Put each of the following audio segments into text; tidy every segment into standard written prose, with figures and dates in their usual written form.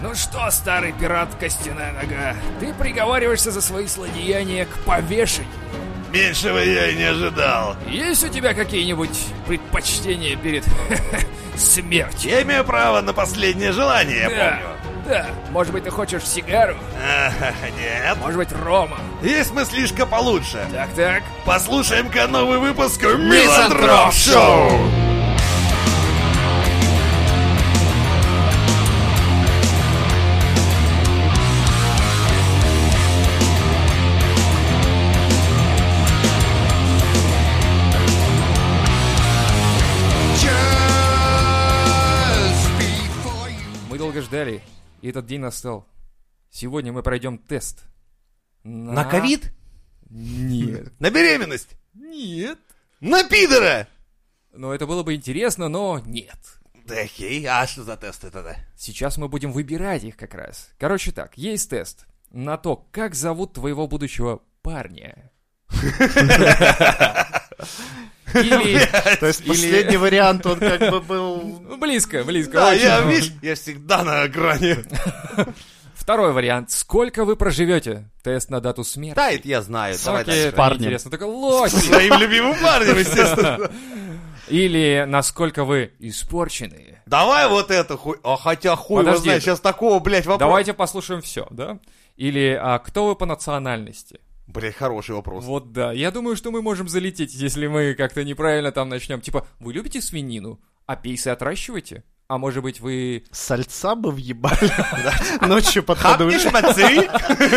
Ну что, старый пират Костяная Нога, ты приговариваешься за свои злодеяния к повешению. Меньшего я и не ожидал. Есть у тебя какие-нибудь предпочтения перед смертью? Я имею право на последнее желание, я помню. Да, может быть, ты хочешь сигару? Нет. Может быть, рома? Есть мыслишка получше. Так. Послушаем-ка новый выпуск Мизантроп Шоу. Долго ждали, и этот день настал. Сегодня мы пройдем тест. На ковид? Нет. На беременность? Нет. На пидора? Ну, это было бы интересно, но нет. Да окей, а что за тесты тогда? Сейчас мы будем выбирать их как раз. Короче так, есть тест на то, как зовут твоего будущего парня. То есть последний вариант, он как бы был... Близко. Да, я всегда на грани. Второй вариант. Сколько вы проживете? Тест на дату смерти. Да, это я знаю. Давай Окей, дальше. это парнем. интересно. Только лось. Со своим любимым парнем, естественно. Или насколько вы испорчены. Давай вот это хуй. А хотя хуй его Подожди. знает, сейчас такого, блядь, вопроса. Давайте послушаем все, да? Или кто вы по национальности? Блядь, хороший вопрос. Вот да. Я думаю, что мы можем залететь, если мы как-то неправильно там начнем. Типа, вы любите свинину? А пейсы отращиваете? А может быть, вы... Сальца бы въебали ночью под подушкой. Хапни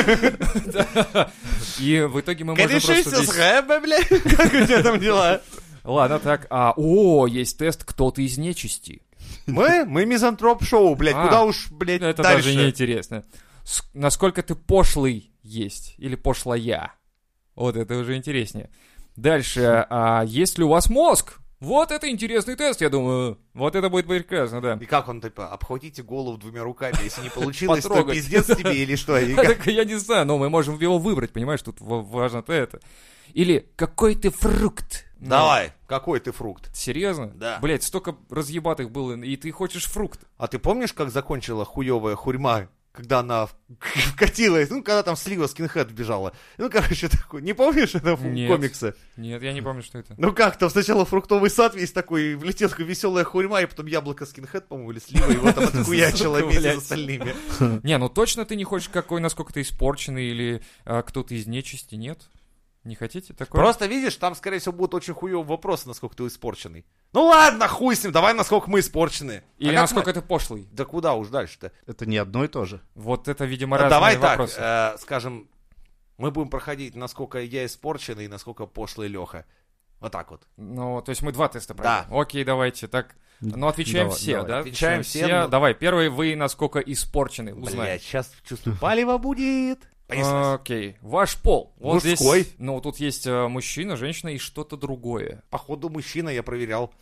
И в итоге мы можем просто Корешись здесь... с хэбэ, блядь. Как у тебя там дела? Ладно, так. Есть тест «Кто ты из нечисти». Мы Мизантроп Шоу, блядь. Куда уж, блядь, Это дальше? даже неинтересно. Насколько ты пошлый есть или пошлая. Вот это уже интереснее. Дальше. Есть ли у вас мозг? Вот это интересный тест, я думаю. Вот это будет прекрасно, да. И как он, типа, обхватите голову двумя руками, если не получилось, то Потрогать. пиздец тебе или что? И как? Так я не знаю, но мы можем его выбрать, понимаешь, тут важно-то это. Или какой ты фрукт? Давай, какой ты фрукт? Серьезно? Да. Блять, столько разъебатых было, и ты хочешь фрукт. А ты помнишь, как закончила хуевая хурьма, когда она вкатилась, когда там слива скинхед бежала? Такой, не помнишь это Нет. комиксы? Нет, я не помню, что это. Как там сначала фруктовый сад весь такой, влетела такая веселая хурьма, и потом яблоко скинхед, по-моему, или слива, его там отхуячила Сука, вместе блядь. с остальными. Не, ну точно ты не хочешь насколько ты испорченный или кто-то из нечисти, нет? Не хотите такое? Просто видишь, там, скорее всего, будут очень хуёвые вопросы, насколько ты испорченный. Ну ладно, хуй с ним, давай насколько мы испорчены. Или как насколько мы? ты пошлый? Да куда уж дальше-то? Это не одно и то же. Вот это, видимо, разные Давай вопросы. так, скажем, мы будем проходить, насколько я испорченный и насколько пошлый Леха. Вот так вот. Ну, то есть мы два теста Да. пройдем. Окей, давайте, так. Ну, отвечаем Давай, все, давай. да? Отвечаем все, ну. Давай, первый, вы насколько испорчены, узнаем. Блять, сейчас чувствую, палево будет. Понеслась. Окей, ваш пол. Вот Мужской. Здесь, ну, тут есть мужчина, женщина и что-то другое. Походу, мужчина, я проверял.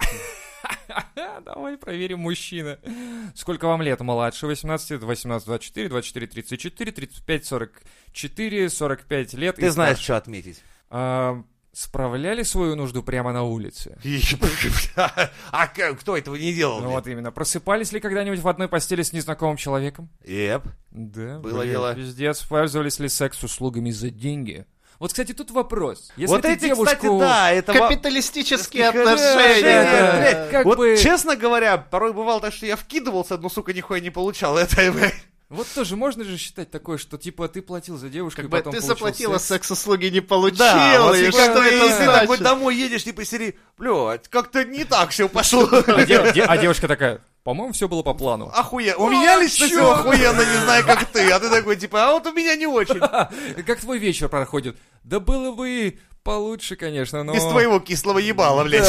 Давай проверим мужчина. Сколько вам лет? Младше 18, 18, 24, 24, 34, 35, 44, 45 лет. Ты знаешь, что отметить. Справляли свою нужду прямо на улице? А кто этого не делал? Ну вот именно. Просыпались ли когда-нибудь в одной постели с незнакомым человеком? Еп. Да. Было блин, дело. Пиздец. Пользовались ли секс-услугами за деньги? Вот, кстати, тут вопрос. Если Вот ты эти, девушку... кстати, да, это... Капиталистические Отношения, отношения. блядь. Как Вот, бы- честно говоря, порой бывало так, что я вкидывался, но, сука, нихуя не получал. Это, блядь. Вот тоже можно же считать такое, что типа ты платил за девушку, и Как бы потом ты получил заплатила, секс? секс-услуги не получил. Да, вот и типа, что ты, это если такой значит? домой едешь, типа, серии, блядь, как-то не так все пошло. А девушка такая, по-моему, все было по плану. Охуенно. У меня лично чё? все охуенно, не знаю, как ты. А ты такой, типа, а вот у меня не очень. Как твой вечер проходит? Да было бы получше, конечно, но... Без твоего кислого ебала, блядь.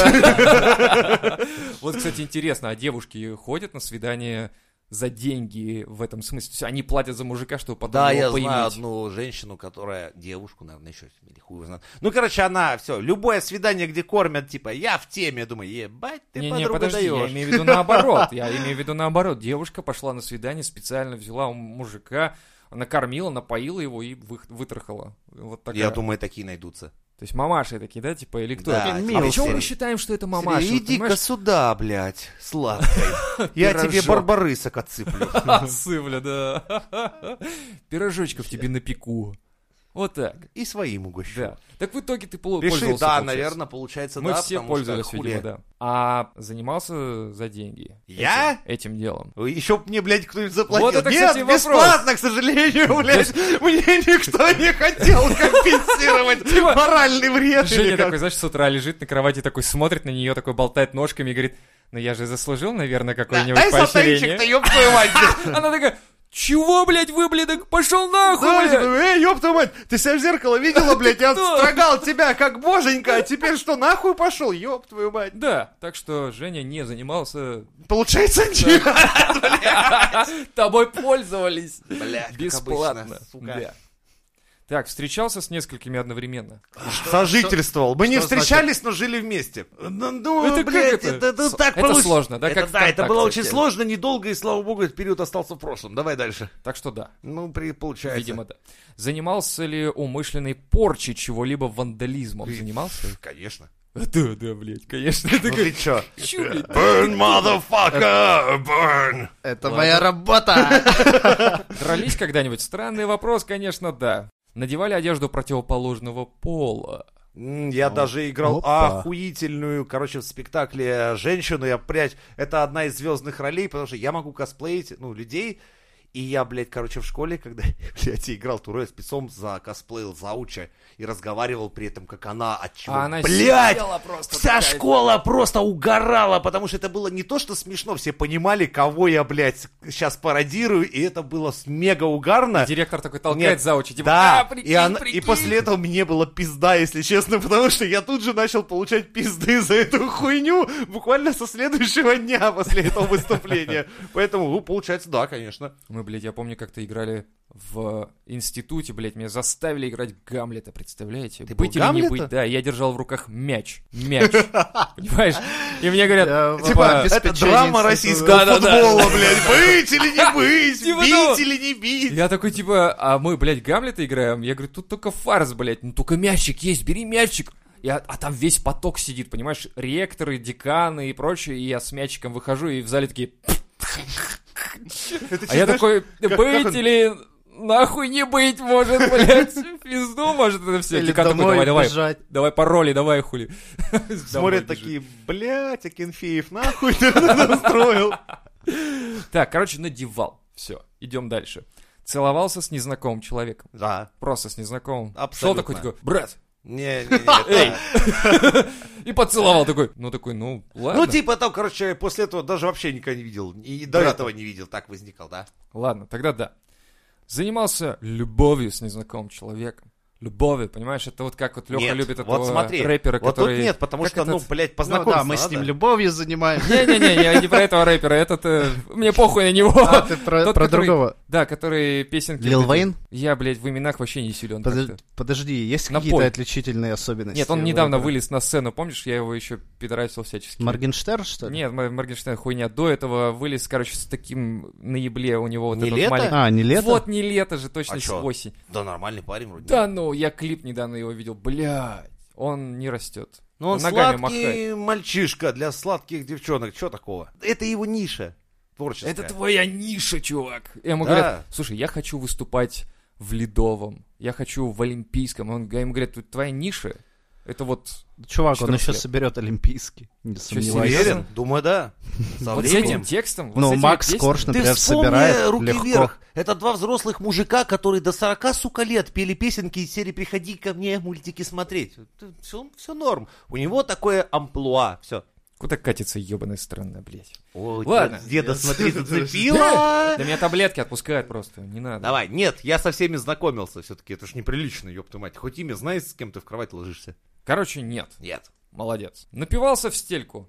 Вот, кстати, интересно, а девушки ходят на свидание за деньги в этом смысле? То есть они платят за мужика, чтобы потом Да, его я поиметь? знаю одну женщину, которая, девушку, наверное, еще, или хуй его знает. Ну, короче, она, все, любое свидание, где кормят, типа, я в теме, думаю, ебать, ты Не, подруга подожди, я даешь. имею в виду наоборот. Я имею в виду наоборот. Девушка пошла на свидание, специально взяла у мужика, накормила, напоила его и вытрахала. Вот такая. Я думаю, такие найдутся. То есть мамаши такие, да, типа, или кто? Да, А милостыни. почему мы считаем, что это мамаша? Вот, Иди-ка понимаешь? сюда, блядь, сладкой. Я тебе Пирожок. барбарысок отсыплю. Сывля, да. Пирожочков тебе напеку. Вот так. И своим угощу. Да. Так в итоге ты Пиши, пользовался, да, получается. наверное, получается, Мы да. все потому что пользовались, хули. видимо, да. А занимался за деньги. Я? Этим делом. Еще б мне, блядь, кто-нибудь заплатил. Вот это, Нет, кстати, вопрос. бесплатно, к сожалению, блядь. Мне никто не хотел компенсировать моральный вред. или Женя как. такой, знаешь, с утра лежит на кровати, такой смотрит на нее, такой болтает ножками и говорит, ну я же заслужил, наверное, какое-нибудь Дай поощрение. сатанчик-то, ёб твою мать. Она такая, чего, блядь, выблядок, пошел нахуй, Да, блядь. ёб твою мать, ты себя в зеркало видела, блядь, я Кто? строгал тебя как боженька, а теперь что, нахуй пошел, ёб твою мать. Да, так что Женя не занимался, Получается, нет. тобой пользовались. Блядь, как Бесплатно. обычно, сука. Да. Так, встречался с несколькими одновременно. Сожительствовал. Мы не что встречались, но жили вместе. Ну, Это как блядь, это? это так Это получилось. сложно, да, как Это, да, это ВКонтакте было очень вообще. сложно, недолго, и слава богу, этот период остался в прошлом. Давай дальше. Так что да, Ну, получается. видимо, да. Занимался ли умышленной порчей чего-либо, вандализмом? Занимался? Конечно. Да, блядь, конечно. Ну ты чё? Чё, блядь? Burn, motherfucker, burn. Это моя работа. Дрались когда-нибудь? Странный вопрос, конечно, да. Надевали одежду противоположного пола. Я даже играл Опа. охуительную, короче, в спектакле женщину. Это одна из звездных ролей, потому что я могу косплеить, людей. И я, блядь, короче, в школе, когда, блядь, я играл Туре, спецом закосплеил зауча и разговаривал при этом, как она, от чего, А она блядь, сидела просто вся такая. школа просто угорала, потому что это было не то, что смешно, все понимали, кого я, блядь, сейчас пародирую, и это было мега угарно. Директор такой толкает Нет, заучи, типа, да, прикинь, и прикинь. после этого мне было пизда, если честно, потому что я тут же начал получать пизды за эту хуйню буквально со следующего дня после этого выступления. Поэтому, получается, да, конечно. Мы, блядь, я помню, как-то играли в институте, блядь, меня заставили играть Гамлета, представляете? Ты Быть был или не Гамлета? быть, да, я держал в руках мяч, понимаешь? И мне говорят, Я Типа, в это обеспечении драма института. российского Да-да-да. футбола, блядь. Быть или не быть, Типа того. бить или не бить. я такой, типа, а мы, блядь, Гамлета играем? Я говорю, тут только фарс, блядь, ну только мячик есть, бери мячик. А там весь поток сидит, понимаешь, ректоры, деканы и прочее, и я с мячиком выхожу, и в зале такие... Это А я знаешь, такой, как быть он- или нахуй не быть, может, блядь, в пизду, может, это все. Или Декан такой, домой давай, бежать. давай пароли, давай хули. Смотрят Домой такие, блядь, Акинфеев, нахуй ты это устроил. бежит. Так, короче, надевал. Все, идем дальше. Целовался с незнакомым человеком. Да. Просто с незнакомым. Шел Абсолютно. такой, брат, Не, эй. И поцеловал такой, ну, ладно. Ну, типа, там, короче, после этого даже вообще никогда не видел. И до Брата. этого не видел. Так возникал, да? Ладно, тогда да. Занимался любовью с незнакомым человеком. Любовью, понимаешь? Это вот как вот Леха Нет, любит вот этого смотри, рэпера, вот который... тут нет, потому Как что, этот? блядь, Ну познакомиться да, мы с надо. ним любовью занимаемся. Не-не-не, я не про этого рэпера, этот... мне похуй на него. А ты про Тот, про который- другого. Да, который песенки... Лил вот эти- Вейн? Я, блядь, в именах вообще не силен. как-то. Подожди, есть Напой. какие-то отличительные особенности? Нет, он у недавно рэпера? вылез на сцену, помнишь, я его еще пидорасил всячески. Моргенштерн, что ли? Нет, Моргенштерн хуйня. До этого вылез, короче, с таким на ебле у него вот Не этот лето? маленький... А, не лето? Вот не лето же, точно А с чё? осень. Да, нормальный парень вроде. Да ну, я клип недавно его видел. Блядь, он не растет. Ну, он ногами сладкий махает. мальчишка для сладких девчонок. Что такого? Это его ниша творческая. Это твоя ниша, чувак. И ему Да. говорят, слушай, я хочу выступать в ледовом, я хочу в олимпийском. Ему говорят, тут твоя ниша, это вот... Чувак, он 14 еще лет. соберет олимпийский. Не сомневайся. серьезно? Уверен? Думаю, да. Со Вот с временем. этим текстом, вот с Ну, этими Макс песнями. Корж, Ты например, вспомни собирает «Руки легко. вверх». Это два взрослых мужика, которые до 40, сука, лет пели песенки из серии «Приходи ко мне мультики смотреть». Все норм. У него такое амплуа. Все. Куда катится ебаная страна, блядь. О, Ладно. деда, смотри, зацепила. Да меня таблетки отпускают просто, не надо. Давай, нет, я со всеми знакомился все-таки. Это ж неприлично, ёпта мать. Хоть имя знаешь, с кем ты в кровать ложишься? Короче, нет. Нет. Молодец. Напивался в стельку.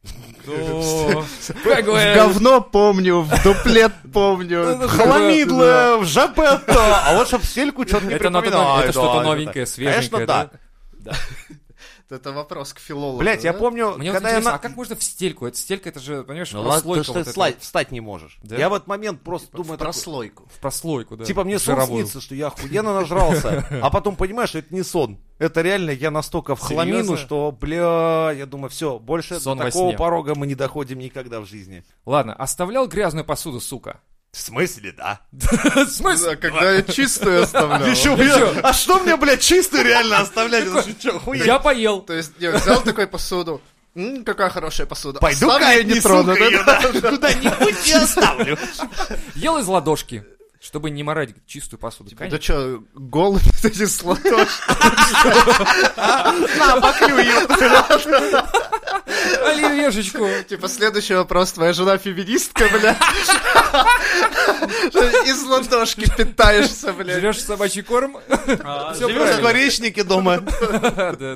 Как В бы... говно помню, в дуплет помню. Ну, Хламидло, в жапетто. А вот чтоб в стельку что-то не Это надо припоминаю. это что-то Да, новенькое, это- свеженькое, Конечно, да. да? Это вопрос к филологу. Блять, я да? помню, Мне вот когда интересно, я... а как можно в стельку? Это стелька, это же, понимаешь, Ну ладно, прослойка что вот ты эта вот. встать не можешь. Да? Я в этот момент просто Типа думаю... в прослойку. В прослойку, да. Типа мне сон жировую. снится, что я охуенно нажрался, а потом понимаешь, что это не сон. Это реально я настолько в хламину, Серьезно? что, бля, я думаю, все, больше Сон до во такого сне. порога мы не доходим никогда в жизни. Ладно, оставлял грязную посуду, сука? В смысле, да? В смысле? Да, когда я чистую оставлял. Еще, бля, а что мне, блядь, чистую реально оставлять? Это же чё, хуя? Я поел. То есть я взял такой посуду. Какая хорошая посуда. Пойду Оставлю её не трону, куда-нибудь я оставлю. Ел из ладошки, чтобы не морать чистую посуду. Да чё, голубь эти с ладошки. На, поклюю. Оливьешечку. Типа, следующий вопрос. Твоя жена феминистка, бля? Из ладошки питаешься, бля. Жрешь собачий корм? Всё Живешь в правильно. скворечнике дома. Да.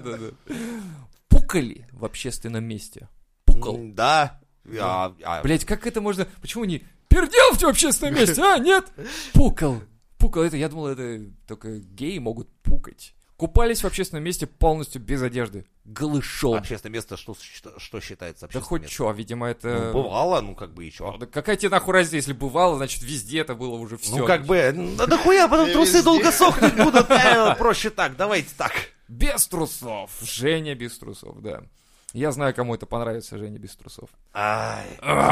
Пукали в общественном месте. Пукал. Да. Блять, как это можно... Почему не пердел в общественном месте, а? Нет? Пукал. Пукал, это, я думал, это только геи могут пукать. Купались в общественном месте полностью без одежды. Голышом. Общественное место, что считается Да общественным хоть местом? чё, видимо, это... Ну, бывало, ну как бы и чё. Да какая тебе нахуй разница, если бывало, значит, везде это было уже все. Ну как бы, да нахуя, потом трусы долго сохнуть будут. Проще так, давайте так. Без трусов. Женя без трусов, да. Я знаю, кому это понравится, Женя без трусов. Ай.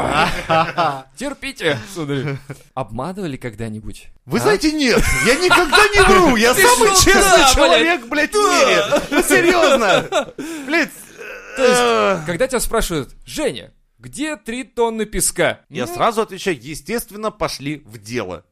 Терпите, сударь. Обманывали когда-нибудь? Вы знаете, нет, я никогда не вру, я самый что, честный да, человек, блядь, в мире. Ну серьезно. Блядь. То есть, когда тебя спрашивают, Женя, где 3 тонны песка? Я сразу отвечаю, естественно, пошли в дело.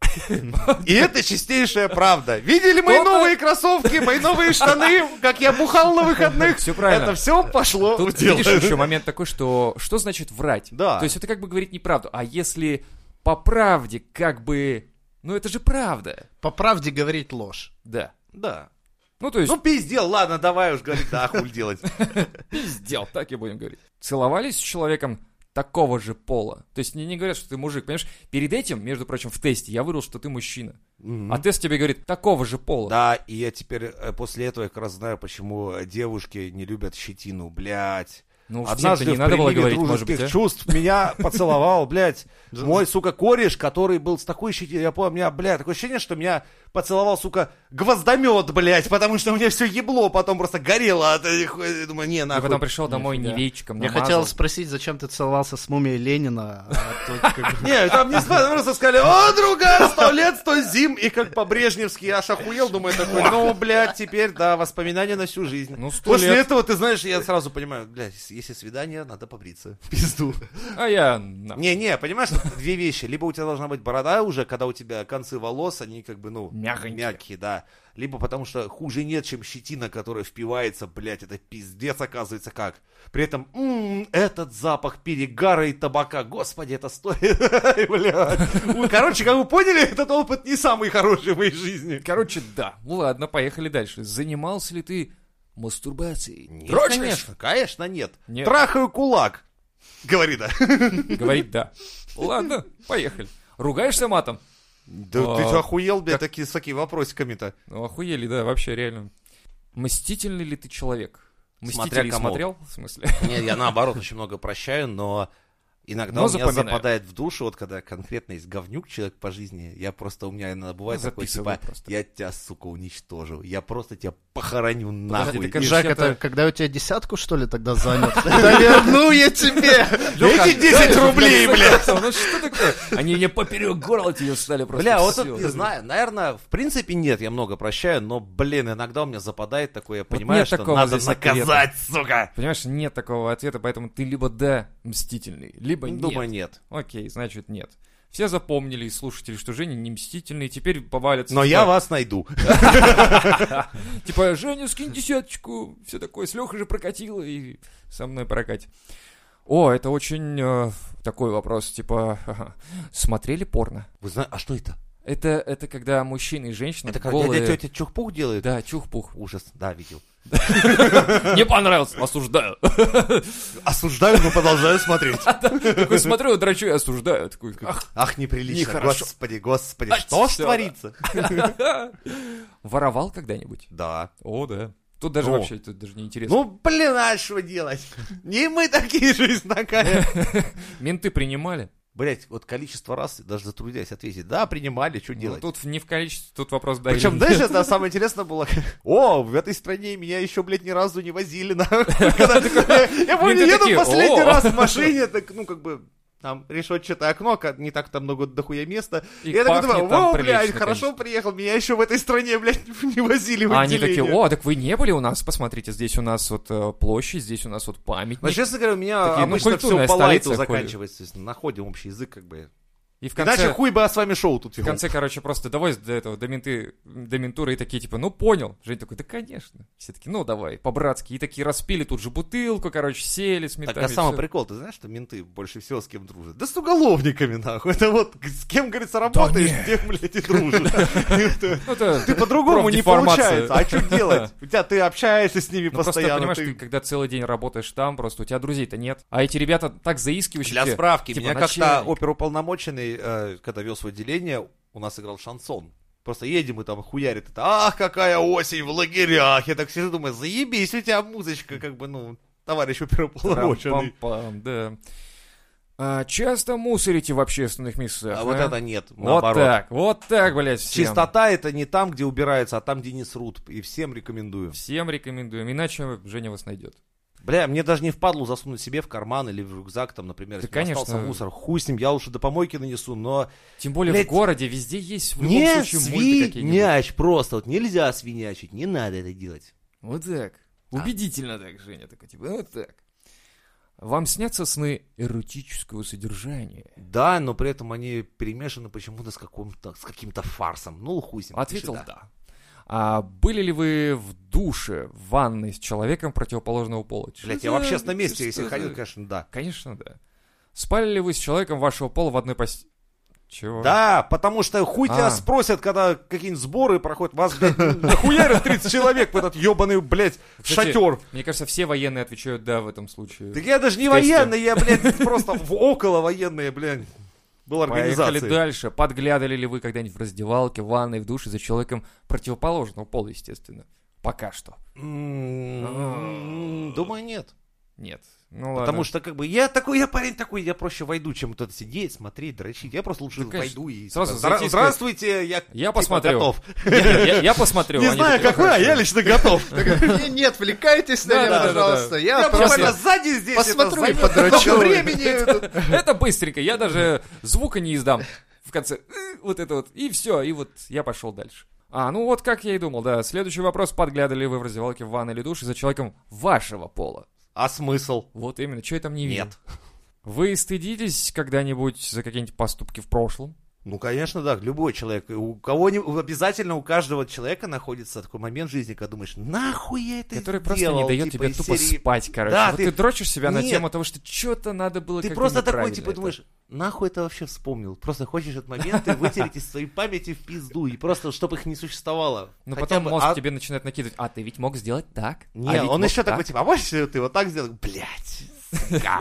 И это чистейшая правда. Видели мои Кто-то- новые кроссовки, мои новые штаны, как я бухал на выходных? Всё правильно. Это все пошло в Тут дело. видишь еще момент такой, что значит врать? Да. То есть это как бы говорить неправду. А если по правде как бы... Ну это же правда. По правде говорить ложь. Да. Да. Ну то есть Ну пиздел, ладно, давай уж говорить, да, хуй делать. пиздел, так и будем говорить. Целовались с человеком такого же пола. То есть не говорят, что ты мужик. Понимаешь, перед этим, между прочим, в тесте я вырвал, что ты мужчина. А тест тебе говорит такого же пола. Да, и я теперь после этого как раз знаю, почему девушки не любят щетину, блядь. Ну, Однажды не в надо было приливе говорить, может дружеских быть, а? чувств меня поцеловал, блядь, мой, сука, кореш, который был с такой щетиной. Я помню, у меня, блядь, такое ощущение, что меня поцеловал, сука, гвоздомет, блядь, потому что у меня все ебло потом просто горело от этих... Я думаю, не, И нахуй. потом пришел домой Нифига. невейчиком, Я намазал. хотел спросить, зачем ты целовался с мумией Ленина, а тут как бы- Не, там не спрашивали, просто сказали, о, друга, 100 лет, 100 зим, и как по-брежневски, я аж охуел, думаю, такой, ну, блядь, теперь, да, воспоминания на всю жизнь. Ну, 100 После лет. этого, ты знаешь, я сразу понимаю, блядь, если свидание, надо побриться. Пизду. А я... Не, понимаешь, две вещи. Либо у тебя должна быть борода уже, когда у тебя концы волос, они как бы, ну, мягкие, да. Либо потому что хуже нет, чем щетина, которая впивается, блядь, это пиздец, оказывается, как. При этом, этот запах перегара и табака, господи, это стоит, блядь. Короче, как вы поняли, этот опыт не самый хороший в моей жизни. Короче, да. Ну ладно, поехали дальше. Занимался ли ты мастурбацией? Нет, Дрочишь? конечно, нет. Нет. Трахаю кулак. Говори, да. Говорит да. Ладно, поехали. Ругаешься матом? Да ты охуел, блядь, с такими вопросиками-то. Ну, охуели, да, вообще реально. Мстительный ли ты человек? Смотря Мстителей кому. смотрел? В смысле? Нет, я наоборот очень много прощаю, но иногда Но у меня запоминаю. западает в душу, вот когда конкретно есть говнюк человек по жизни, я просто, у меня иногда бывает такой, Записываю типа, просто. я тебя, сука, уничтожу, я просто тебя похороню Подожди, нахуй. ты как- Жак, это- это когда у тебя десятку, что ли, тогда занят? Да верну я тебе! Эти 10 рублей, блядь! Ну что такое? Они мне поперек горла тебе встали просто. Бля, вот всё. тут не знаю, наверное, в принципе нет, я много прощаю, но, блин, иногда у меня западает такое, я понимаю, нет что такого надо здесь ответа. наказать, сука! Понимаешь, нет такого ответа, поэтому ты либо да, мстительный, либо нет. Думаю, нет. Окей, значит нет. Все запомнили, слушатели, что Женя не мстительный, теперь повалятся. Но типа, я вас найду. Типа, Женя, скинь десяточку, все такое, с Лехой же прокатило, и со мной прокатит. О, это очень такой вопрос, типа, смотрели порно? Вы знаете, а что это? Это когда мужчина и женщина Это как голые... дядя тетя Чухпух делает? Да, чух-пух. Ужас, да, видел. Не понравился, осуждаю. Осуждаю, но продолжаю смотреть. Такой смотрю, драчу и осуждаю. Такой, ах, Ах, неприлично. Нехорошо. Господи, А, что ж всё, творится? воровал когда-нибудь? Да. О, да. Тут даже Ну. вообще, тут даже не интересно. Ну, блин, а что делать? Не мы такие, жизнь такая. Менты принимали? Блять, вот количество раз даже затрудняюсь ответить. Да, принимали, что Ну, делать? тут не в количестве, тут вопрос да Причем, или знаешь, нет. это самое интересное было. О, в этой стране меня еще, блядь, ни разу не возили. Я помню, Менты еду такие, последний «О». раз в машине, так, ну, как бы, там решетчатое окно, не так там много дохуя места. И Я такой пахнет думаю, там о, блядь, прилично, хорошо конечно. приехал, меня еще в этой стране, блядь, не возили в А они отделение. такие, о, так вы не были у нас? Посмотрите, здесь у нас вот площадь, здесь у нас вот памятник. Но, честно говоря, у меня Такие, ну, обычно все культурная по лайту столица, хули. заканчивается. То есть находим общий язык, как бы. И в Иначе конце, хуй бы я с вами шоу тут в вел. конце, короче, просто давай до ментуры и такие, типа, ну понял. Жень такой, да конечно. Все такие, ну давай, по-братски. И такие распили тут же бутылку, короче, сели с Так, ментами. а самый всё. прикол, ты знаешь, что менты больше всего с кем дружат? Да с уголовниками, нахуй. Это вот с кем, говорится, работаешь, с тем, блядь, и дружишь. Ну, это Ты по-другому не профдеформация. получается. А что делать? У тебя ты общаешься с ними Ну, просто, постоянно. понимаешь, ты- ты, когда целый день работаешь там, просто у тебя друзей-то нет. А эти ребята так заискивающие. Для тебе, справки, типа, меня как-то начальник. оперуполномоченный, когда вез в отделение, у нас играл шансон. Просто едем и там хуярит это. Ах, какая осень в лагерях. Я так сижу, думаю, заебись, у тебя музычка, как бы, ну, товарищ оперуполномоченный. Трам-пам-пам, да. А часто мусорите в общественных местах? А вот это нет, Вот наоборот. так, блядь, всем. Чистота это не там, где убирается, а там, где не срут. И всем рекомендую. Всем рекомендуем, иначе Женя вас найдет. Бля, мне даже не впадло засунуть себе в карман или в рюкзак, там, например, Да, если у меня конечно. остался мусор. Хуй с ним, я лучше до помойки нанесу, но... Тем более Блядь, в городе везде есть в любом Не случае мульты какие-нибудь. свиняч просто. Вот нельзя свинячить, не надо это делать. Вот так. Убедительно так, Женя такой, типа, вот так. Вам снятся сны эротического содержания? Да, но при этом они перемешаны почему-то с каким-то фарсом. Ну, хуй с ним. Ответил пиши, да. А были ли вы в душе, в ванной с человеком противоположного пола? Блять, Что я в за- общественном месте, если что ходил, за- конечно, да. Конечно, да. Спали ли вы с человеком вашего пола в одной постели? Чего? Да, потому что хуй тебя А. спросят, когда какие-нибудь сборы проходят, вас, блядь, нахуярят 30 человек в этот ебаный, блядь, Кстати, шатер. Мне кажется, все военные отвечают да в этом случае. Так я даже не В тесте. военный, я, блядь, просто в около военные, блядь, был Поехали организацией. дальше. Подглядывали ли вы когда-нибудь в раздевалке, в ванной, в душе за человеком противоположного пола, естественно? Пока что. Думаю, нет. Нет. Ну Потому ладно. что, как бы, я парень такой, я проще войду, чем вот это сидеть, смотреть, дрочить. Я просто лучше Да, конечно. войду и... Сразу типа, зайти и здравствуйте, я типа, посмотрю. готов. Я посмотрю. Не Они знаю, такие, как вы, а «Хорошо». я лично готов. Не отвлекайтесь на Да, меня, да, да, пожалуйста. Я Я буквально просто... сзади здесь посмотрю это и займет подрочу. много времени. Это быстренько. Я даже звука не издам в конце. Вот это вот. И все. И вот я пошел дальше. Ну вот как я и думал, да. Следующий вопрос. Подглядывали ли вы в раздевалке, в ванной или душе за человеком вашего пола? А смысл? Вот именно. Что я там не видел? Нет. Вы стыдитесь когда-нибудь за какие-нибудь поступки в прошлом? Ну, конечно, да, любой человек. У кого-нибудь, обязательно у каждого человека находится такой момент в жизни, когда думаешь, нахуй я это Который сделал? просто не дает Типа тебе из тупо серии, спать, короче. Да, Вот ты дрочишь себя на Нет. тему того, что что-то надо было Ты как-то просто такой, неправильно типа, это. думаешь, нахуй это вообще вспомнил? Просто хочешь этот момент и вытереть из своей памяти в пизду, и просто, чтобы их не существовало. Но Хотя потом бы, мозг а- тебе начинает накидывать, ты ведь мог сделать так? Не, А ведь он мог еще так?» такой, типа, а можешь ты вот так сделать? Блядь, сука.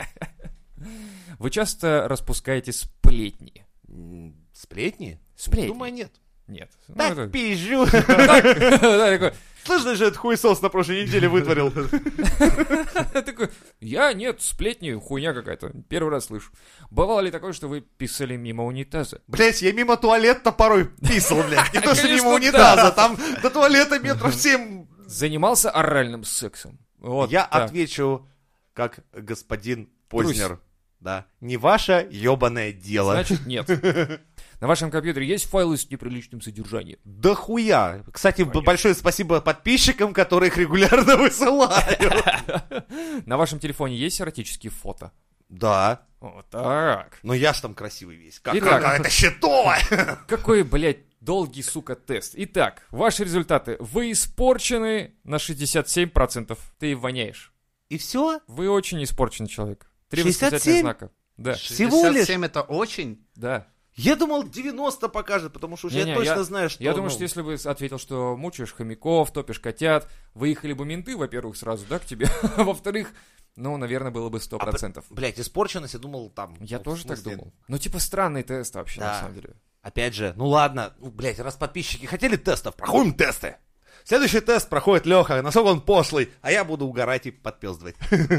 Вы часто распускаете сплетни? Сплетни? Сплетни. Думаю, нет. Нет. Ну, Так это- пизжу. Да, такой, Слышно же, этот хуесос на прошлой неделе вытворил. такой, нет, сплетни, хуйня какая-то. Первый раз слышу. Бывало ли такое, что вы писали мимо унитаза? Блять, я мимо туалета порой писал, блядь. Не то, что Конечно, мимо унитаза, там до туалета метров 7. Занимался оральным сексом? Вот Я так. отвечу, как господин Познер. Да. Не ваше ебаное дело. Значит, нет. На вашем компьютере есть файлы с неприличным содержанием? Да хуя. Кстати, большое спасибо подписчикам, которые их регулярно высылают. На вашем телефоне есть эротические фото? Да. Вот так. Но я ж там красивый весь. Итак. Это щитово. Какой, блядь, долгий, сука, тест. Итак, ваши результаты. Вы испорчены на 67%. Ты воняешь. И все? Вы очень испорченный человек. 3 67? восклицательных знака. Да, Всего лишь? 67 это очень? да. Я думал, 90 покажет, потому что уж я Не-не, точно знаю, что... Я думаю, ну, что если бы ответил, что мучаешь хомяков, топишь котят, выехали бы менты, во-первых, сразу, да, к тебе, а во-вторых, наверное, было бы 100%. Блять, испорченность, я думал, там... Я ну, тоже в так смысле, думал. Ну, типа, странный тест вообще, на Да. самом деле. Опять же, ну ладно, блять, раз подписчики хотели тестов, проходим тесты. Следующий тест проходит Леха, насколько он пошлый, а я буду угорать и подпездывать.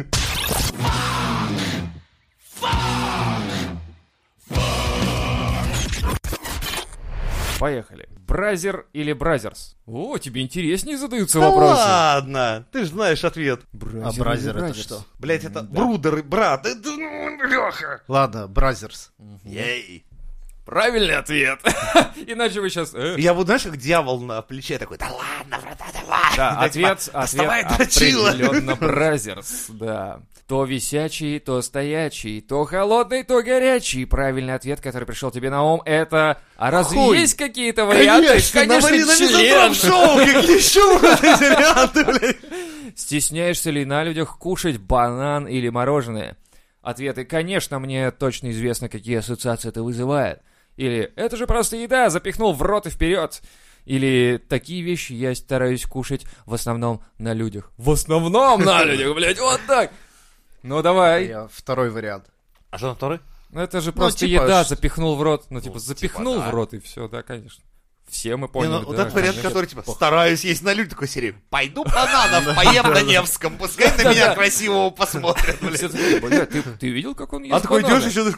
Поехали. Бразер или бразерс? О, тебе интереснее задаются Да вопросы. ладно, ты же знаешь ответ. А бразер это что? Блять, это брудер, брат. Леха. Ладно, бразерс. Ей. Правильный ответ. Иначе вы сейчас... Я буду, знаешь, как дьявол на плече такой, да ладно, брата, давай. Да, ответ доставай дрочила. определенно бразерс, да. То висячий, то стоячий, то холодный, то горячий. Правильный ответ, который пришел тебе на ум, это... А разве Хуй. есть какие-то варианты? Конечно, на член. шоу, какие еще эти варианты, блядь. Стесняешься ли на людях кушать банан или мороженое? Ответы: конечно, мне точно известно, какие ассоциации это вызывает. Или это же просто еда, запихнул в рот и вперед. Или такие вещи я стараюсь кушать в основном на людях. В основном на людях, блядь, вот так. Ну давай. Второй вариант. А что на второй? Ну это же просто типа, еда, запихнул в рот. Ну типа Ну, запихнул типа, да. в рот и все, да, конечно. Все мы Не, поняли, ну, да, вот этот вариант, конечно. который, типа, стараюсь есть на люди, такой серии. Пойду бананов поем на Невском, пускай на меня красивого посмотрят, Все блядь. такие: бля, ты видел, как он ест А такой бананы? идешь еще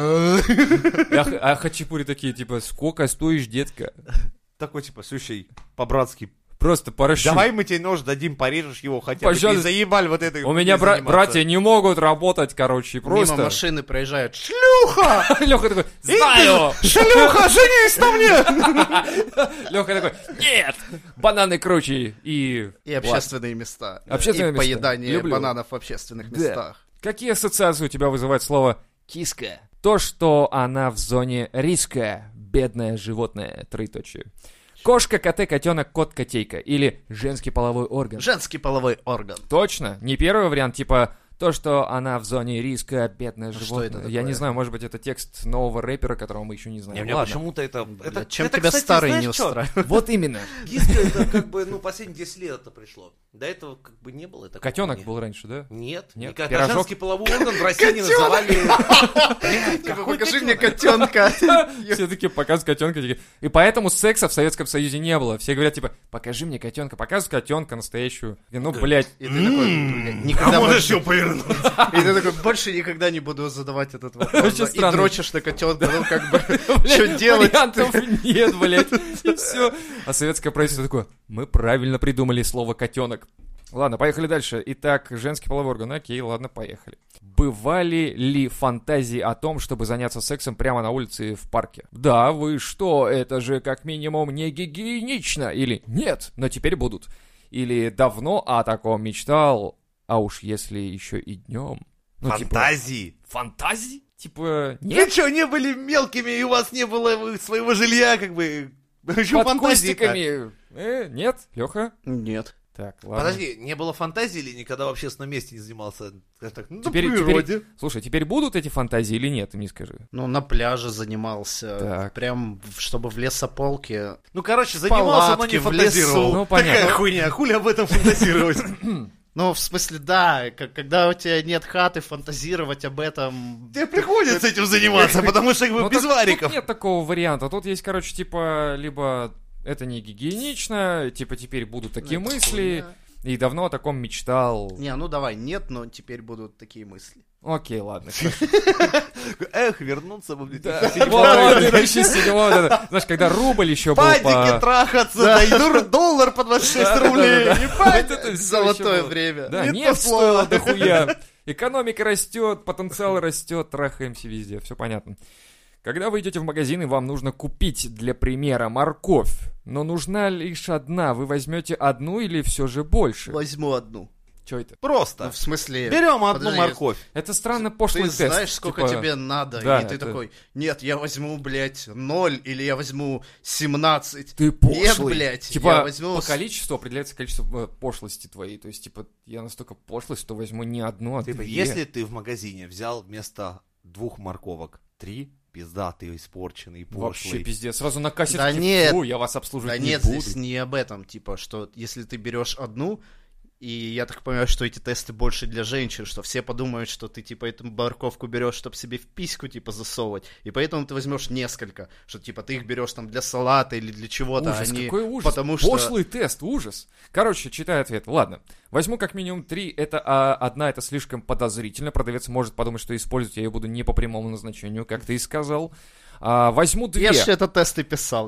такой... А хачапури такие, типа, сколько стоишь, детка? Такой, типа, слушай, по-братски. Просто парашют. Давай мы тебе нож дадим, порежешь его хотя бы. Пожалуйста. Ты заебаль вот этой... У меня братья не могут работать, короче, просто. Мимо машины проезжают. Шлюха! Леха такой: знаю! Шлюха, женись на мне! Леха такой: нет! Бананы круче и... И общественные места. Общественные и места. поедание Люблю. бананов в общественных Да. местах. Какие ассоциации у тебя вызывает слово «киска»? То, что она в зоне риска. Бедное животное. Троеточие. Кошка, коты, котенок, кот, котейка. Или женский половой орган. Женский половой орган. Точно. Не первый вариант, типа то, что она в зоне риска, бедное что животное. это Я такое? не знаю, может быть, это текст нового рэпера, которого мы еще не знаем. Не, мне Ладно. почему-то это... Чем это, тебя кстати, старый знаешь не что? устраивает? Вот именно. Киска это как бы, ну, последние 10 лет это пришло. До этого как бы не было такого. Котенок Нет. был раньше, да? Нет, Нет, никогда. пирожок. Женский половой орган в России не называли... Типа, покажи мне котенка. Все такие показывают котенка. такие. И поэтому секса в Советском Союзе не было. Все говорят, типа, покажи мне котенка, показывай котенка настоящую. И, ну, блядь. И ты такой, блядь, А никогда можешь больше... ее повернуть? И ты такой, больше никогда не буду задавать этот вопрос. Очень И странно. дрочишь на котенка, ну как бы, Блядь, что делать? Вариантов нет, блядь. И все. А советское правительство такое: мы правильно придумали слово котенок. Ладно, поехали дальше. Итак, женский половой орган. Окей, ладно, поехали. Бывали ли фантазии о том, чтобы заняться сексом прямо на улице в парке? Да, вы что, это же как минимум не гигиенично. Или нет, но теперь будут. Или давно о таком мечтал, а уж если еще и днем. Ну, Фантазии. Типа, фантазии? Типа, Вы нет? что, не были мелкими, и у вас не было своего жилья, как бы... Что Под кустиками. Нет, Леха? Нет. Так, ладно. Подожди, не было фантазии или никогда в общественном месте не занимался? Скажем так, на Теперь- природе. Слушай, теперь будут эти фантазии или нет, ты мне скажи. Ну, на пляже занимался, Так. прям, чтобы в лесополке. Ну, короче, занимался, но не палатке, в фантазировал. лесу. Ну, понятно. Такая хуйня, хули об этом фантазировать? Ну, в смысле, да, когда у тебя нет хаты, фантазировать об этом... Тебе приходится этим заниматься, потому что как бы Ну, без так вариков. Тут нет такого варианта. Тут есть, короче, типа, либо это не гигиенично, типа, теперь будут такие Ну, это мысли, хуйня. и давно о таком мечтал. Не, ну давай, нет, но теперь будут такие мысли. Окей, ладно. хорошо. Эх, вернуться бы, блядь. Да. Вот, 2007, вот это. Знаешь, когда рубль еще был Падики по... трахаться, да, доллар по 26 рублей. Да-да-да. Ебать. Вот это всё Золотое ещё было. время. Да, Нет нефть слова. стоила дохуя. Экономика растет, потенциал растет, трахаемся везде, все понятно. Когда вы идете в магазин и вам нужно купить, для примера, морковь, но нужна лишь одна, вы возьмете одну или все же больше? Возьму одну. Что это? Ну, Просто. в смысле... Берем одну Подожди, морковь. Это странно пошлый Ты тест. знаешь, сколько типа, тебе надо, да, и ты это- такой, нет, я возьму, блядь, 0, или я возьму 17. Ты пошлый. Нет, блядь, Типа, я возьму... по количеству определяется количество пошлости твоей. То есть, типа, я настолько пошлый, что возьму не одну, а Типа, две. если ты в магазине взял вместо 2 морковок 3, пизда, ты испорченный, Вообще пошлый. пиздец. Сразу на кассе Да такие, нет. фу, я вас Да обслуживать не нет, буду. здесь не об этом, типа, что если ты берешь одну, И я так понимаю, что эти тесты больше для женщин, что все подумают, что ты, типа, эту морковку берешь, чтобы себе в письку, типа, засовывать. И поэтому ты возьмешь несколько, что, типа, ты их берешь там для салата или для чего-то. Ужас, они... какой ужас. Потому что... Пошлый тест, ужас. Короче, читаю ответ. Ладно. Возьму как минимум 3. Одна это слишком подозрительно. Продавец может подумать, что использовать я ее буду не по прямому назначению, как ты и сказал. Возьму 2. Я же этот тест и писал,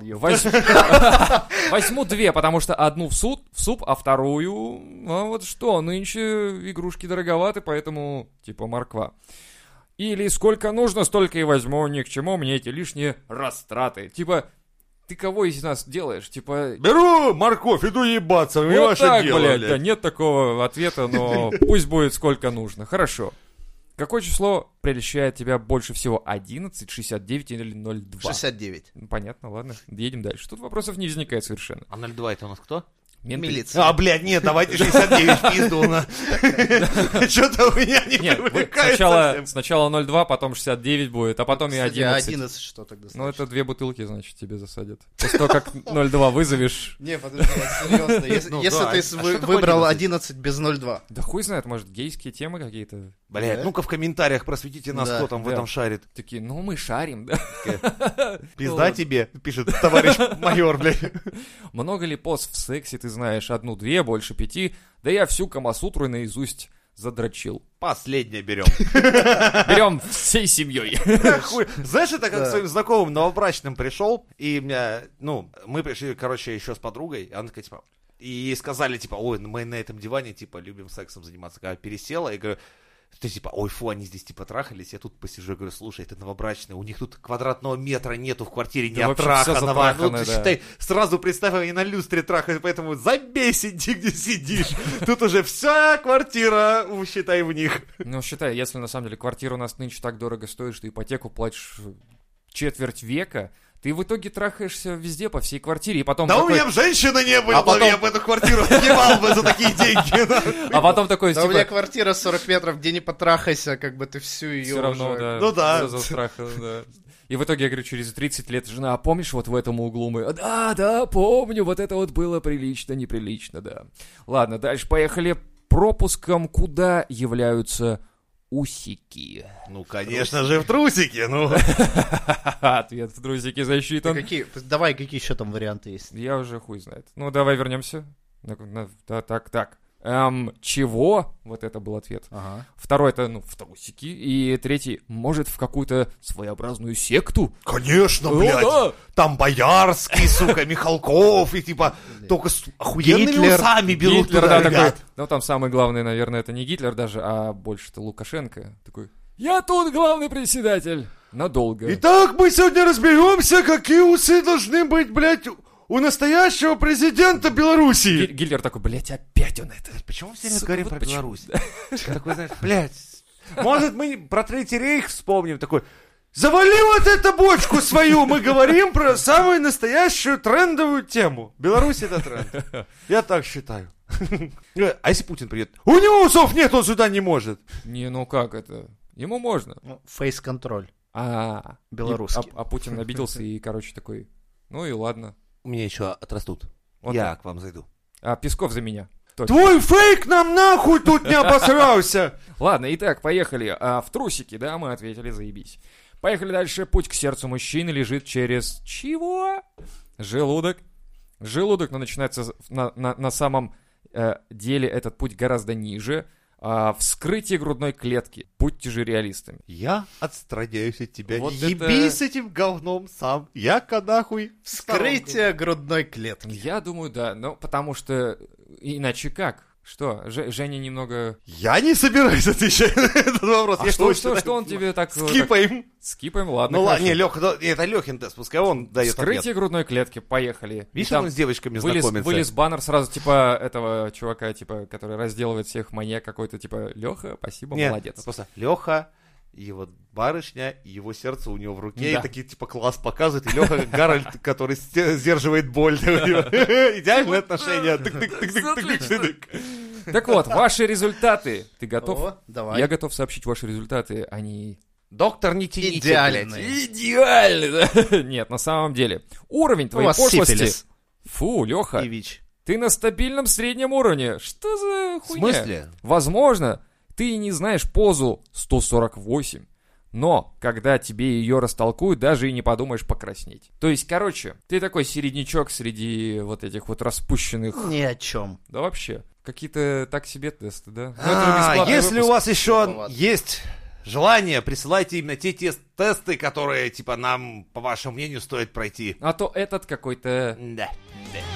Возьму 2, потому что одну в суп, а вторую... вот что, нынче игрушки дороговаты, поэтому типа морква. Или сколько нужно, столько и возьму, ни к чему мне эти лишние растраты. Типа, ты кого из нас делаешь? Типа... Беру морковь, иду ебаться, не Вот ваше так, дело, блядь, блядь. да, нет такого ответа, но пусть будет сколько нужно. Хорошо. Какое число прельщает тебя больше всего? 11, 69 или 02? 69. Понятно, ладно. Едем дальше. Тут вопросов не возникает совершенно. А 02 это у нас кто? Милиция. Блядь, нет, давайте 69 в пизду. Что-то у меня не Нет, привлекает совсем. сначала 02, потом 69 будет, а потом и Кстати, 11. 11 что тогда Ну, значит? это 2 бутылки, значит, тебе засадят. После того, как 02 вызовешь... Не, подожди, серьезно. Если да, ты а что такое выбрал 11? 11 без 0,2. Да хуй знает, может, гейские темы какие-то. Блядь, Да? ну-ка в комментариях просветите нас, Да, кто там в да. этом шарит. Такие, ну мы шарим, да? Пизда тебе, пишет товарищ майор, блядь. Много ли поз в сексе ты знаешь? 1-2, больше 5. Да я всю Камасутру наизусть задрочил. Последнее берем. Берем всей семьей. Хуй. Знаешь, это как Да. к своим знакомым новобрачным пришел, и меня, мы пришли, короче, еще с подругой, и она такая, типа, и сказали, типа, ой, мы на этом диване, типа, любим сексом заниматься. Когда пересела, я говорю, ты типа, ой, фу, они здесь типа трахались, я тут посижу, я говорю, слушай, это новобрачные, у них тут квадратного метра нету в квартире не Да вообще всё оттраханного. Ну, затрахано, ты да. считай, сразу представь, они на люстре трахают, поэтому забей, сиди, где сидишь. Тут уже вся квартира, считай, в них. Ну, считай, если на самом деле квартира у нас нынче так дорого стоит, что ипотеку платишь четверть века, ты в итоге трахаешься везде, по всей квартире, и потом Да у такой... меня б женщины не было, А потом- я бы эту квартиру снимал бы за такие деньги. А потом такой, Да у меня типа, квартира 40 метров, где не потрахайся, как бы ты всю ее все равно, уже... да. Ну да. всё застрахано, да. И в итоге, я говорю, через 30 лет, жена, а помнишь вот в этом углу мы? Да, помню, вот это вот было прилично, неприлично, да. Ладно, дальше поехали. Пропуском куда являются усики? Ну, конечно же, в трусике, ну. Ответ в трусики Ты засчитан. Давай, какие еще там варианты есть? Я уже хуй знает. Ну, давай вернемся. Так. Чего? Вот это был ответ. Ага. Второй это, в трусики. И третий, может, в какую-то своеобразную секту? Конечно, Ну блядь. да. Там Боярский, сука, Михалков, и типа только с охуенными Гитлер. усами берут Гитлер, туда, да, такой. ребят. Ну, там самый главный, наверное, это не Гитлер даже, а больше-то Лукашенко. Такой, я тут главный председатель. Надолго. Итак, мы сегодня разберемся, какие усы должны быть, блядь, у настоящего президента Белоруссии. Гитлер такой, блядь, опять он это. Почему мы все время Сука, говорим вот про почему? Беларусь? Такой, знаешь, блядь, может, мы про Третий рейх вспомним, такой, завали вот эту бочку свою, мы говорим про самую настоящую трендовую тему. Беларусь это тренд. Я так считаю. А если Путин придет? У него усов нет, он сюда не может. Не, ну как это? Ему можно. Фейс-контроль. Белорусский. А Путин обиделся и, короче, такой, ну и ладно. У меня еще отрастут. Вот Я так. к вам зайду. А Песков за меня. Точно. Твой фейк нам нахуй тут не обосрался. Ладно, итак, поехали. В трусики, да, мы ответили, заебись. Поехали дальше. Путь к сердцу мужчины лежит через... Чего? Желудок. Желудок, но начинается на самом деле этот путь гораздо ниже. Вскрытие грудной клетки. Будьте же реалистами. Я отстраняюсь от тебя. Вот Ебись это- с этим говном сам. Я-ка нахуй. Вскрытие грудной клетки. Я думаю, да. Ну, потому что иначе как? Что? Женя немного... Я не собираюсь отвечать на этот вопрос. А Я что точно он тебе так... Скипаем. Скипаем, ладно. Ну ладно, хорошо. не, Леха, это Лехин тест, пускай он дает Вскрытие ответ. грудной клетки, поехали. Видишь, И там он с девочками вылез знакомится. баннер сразу, типа, этого чувака, типа, который разделывает всех маньяк какой-то, типа, Леха, спасибо, Нет, молодец. просто Леха, его барышня, его сердце у него в руке, Да. и такие, типа, класс показывает, и Леха Гарольд, который сдерживает боль. Идеальные отношения. Тык-тык-тык-тык-тык-тык. Так вот, ваши результаты. Ты готов? О, давай. Я готов сообщить ваши результаты, они... Доктор, не тяните, Идеальные. блядь. Идеально, да? Нет, на самом деле. Уровень У твоей вас пошлости... сифилис Фу, Леха. и ВИЧ. Ты на стабильном среднем уровне. Что за В хуйня? смысле? Возможно, ты и не знаешь позу 148. Но, когда тебе ее растолкуют, даже и не подумаешь покраснеть. То есть, короче, ты такой середнячок среди вот этих вот распущенных... Ни о чем. Да вообще, какие-то так себе тесты, да? Ну, это же бесплатный Если выпуск. у вас еще Туповато. есть желание, присылайте именно те тесты, которые, типа, нам, по вашему мнению, стоит пройти. А то этот какой-то... Да. Да.